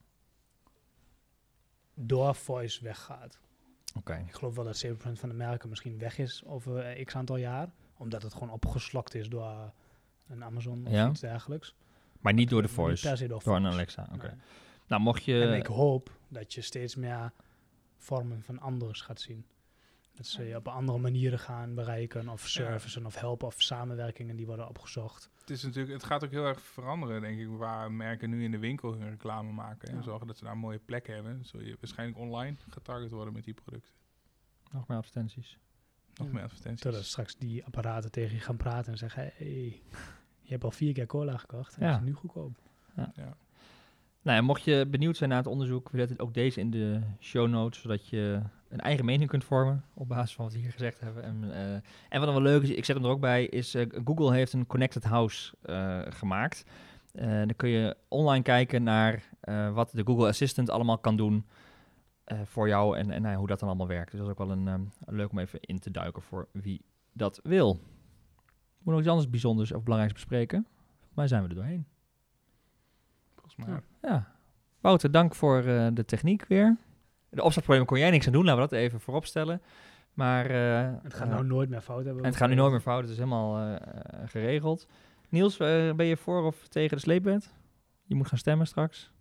door voice weggaat. Oké. Ik geloof wel dat zeventig procent van de merken misschien weg is over eh, x aantal jaar. Omdat het gewoon opgeslokt is door eh, een Amazon of Ja. iets dergelijks. Maar niet door de Maar niet voice, per se door door een voice. Alexa. Oké. Nee. Nou, mocht je... En ik hoop dat je steeds meer vormen van anders gaat zien. Dat ze je op andere manieren gaan bereiken of servicen of helpen of samenwerkingen die worden opgezocht. Het, is natuurlijk, het gaat ook heel erg veranderen, denk ik, waar merken nu in de winkel hun reclame maken. En Ja. zorgen dat ze daar een mooie plek hebben. Dan zul je waarschijnlijk online getarget worden met die producten. Nog meer advertenties. Nog Ja. meer advertenties. Totdat straks die apparaten tegen je gaan praten en zeggen, hey, je hebt al vier keer cola gekocht en Ja. dat is nu goedkoop. Ja. Nou ja, mocht je benieuwd zijn naar het onderzoek, we zetten ook deze in de show notes, zodat je een eigen mening kunt vormen op basis van wat we hier gezegd hebben. En, eh, en wat dan wel leuk is, ik zet hem er ook bij, is uh, Google heeft een Connected House uh, gemaakt. Uh, dan kun je online kijken naar uh, wat de Google Assistant allemaal kan doen uh, voor jou en, en uh, hoe dat dan allemaal werkt. Dus dat is ook wel een, um, leuk om even in te duiken voor wie dat wil. Moet nog iets anders bijzonders of belangrijks bespreken? Volgens mij zijn we er doorheen. Volgens mij. Ja. Ja. Wouter, dank voor uh, de techniek weer. De opstartproblemen kon jij niks aan doen, laten we dat even voorop stellen. Maar, uh, Het gaat uh, nou nooit meer fout hebben. en het gaat nu nooit meer fout, het is helemaal uh, geregeld. Niels, uh, ben je voor of tegen de sleepwet? Je moet gaan stemmen straks.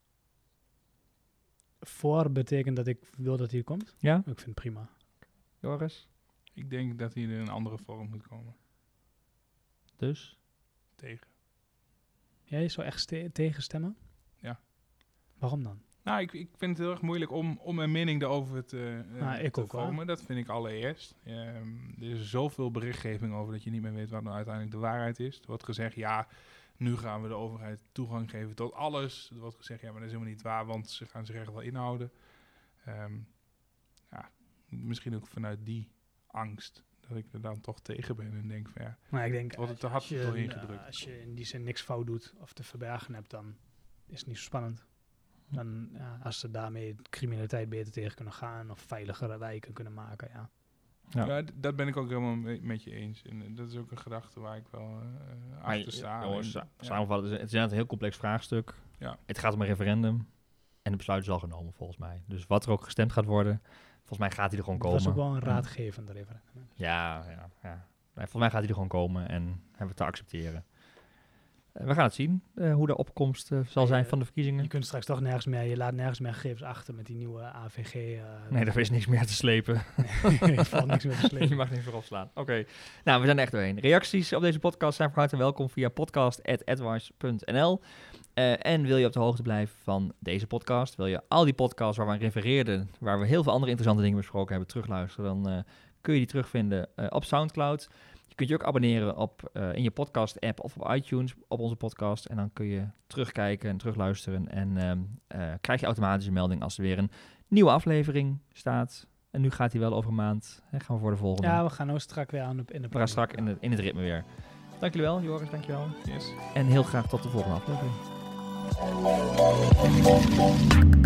Voor betekent dat ik wil dat hij komt? Ja? Ik vind het prima. Joris? Ik denk dat hij in een andere vorm moet komen. Dus? Tegen. Jij zou echt ste- tegen stemmen? Ja. Waarom dan? Nou, ik, ik vind het heel erg moeilijk om, om een mening erover te, uh, Nou, ik te ook wel. vormen. Dat vind ik allereerst. Um, er is zoveel berichtgeving over dat je niet meer weet wat nou uiteindelijk de waarheid is. Er wordt gezegd, ja, nu gaan we de overheid toegang geven tot alles. Er wordt gezegd, ja, maar dat is helemaal niet waar, want ze gaan zich echt wel inhouden. Um, ja, misschien ook vanuit die angst dat ik er dan toch tegen ben en denk van ja, Maar ik denk, wordt het te hard als je, doorheen uh, gedrukt. als je in die zin niks fout doet of te verbergen hebt, dan is het niet zo spannend. Dan, ja, als ze daarmee criminaliteit beter tegen kunnen gaan of veiligere wijken kunnen maken, ja. Ja. Ja, d- dat ben ik ook helemaal me- met je eens. En uh, dat is ook een gedachte waar ik wel uh, Maar achter sta. jongens, En, sa- ja. samenvatten, het is inderdaad een heel complex vraagstuk. Ja. Het gaat om een referendum en het besluit is al genomen volgens mij. Dus wat er ook gestemd gaat worden, volgens mij gaat hij er gewoon Het komen. was ook wel een raadgevende referendum. Ja, ja, ja. Nee, volgens mij gaat hij er gewoon komen en hebben we het te accepteren. Uh, we gaan het zien uh, hoe de opkomst uh, zal zijn Ja, van de verkiezingen. Je kunt straks toch nergens meer, je laat nergens meer gegevens achter met die nieuwe A V G. Uh, Nee, er is niks meer te slepen. Er valt niks meer te Je slepen. mag niks meer opslaan. Oké. Nou, we zijn er echt doorheen. Reacties op deze podcast zijn van harte welkom via podcast at advice punt n l. Uh, en wil je op de hoogte blijven van deze podcast, wil je al die podcasts waar we aan refereerden, waar we heel veel andere interessante dingen besproken hebben, terugluisteren, dan uh, kun je die terugvinden uh, op Soundcloud. Je kunt je ook abonneren op, uh, in je podcast-app of op iTunes op onze podcast. En dan kun je terugkijken en terugluisteren. En um, uh, krijg je automatisch een melding als er weer een nieuwe aflevering staat. En nu gaat hij wel over een maand. Hè, gaan we voor de volgende. Ja, we gaan ook strak weer aan de, in de we gaan strak in, de, in het ritme weer. Dank jullie wel, Joris. Dank je wel. Yes. En heel graag tot de volgende aflevering.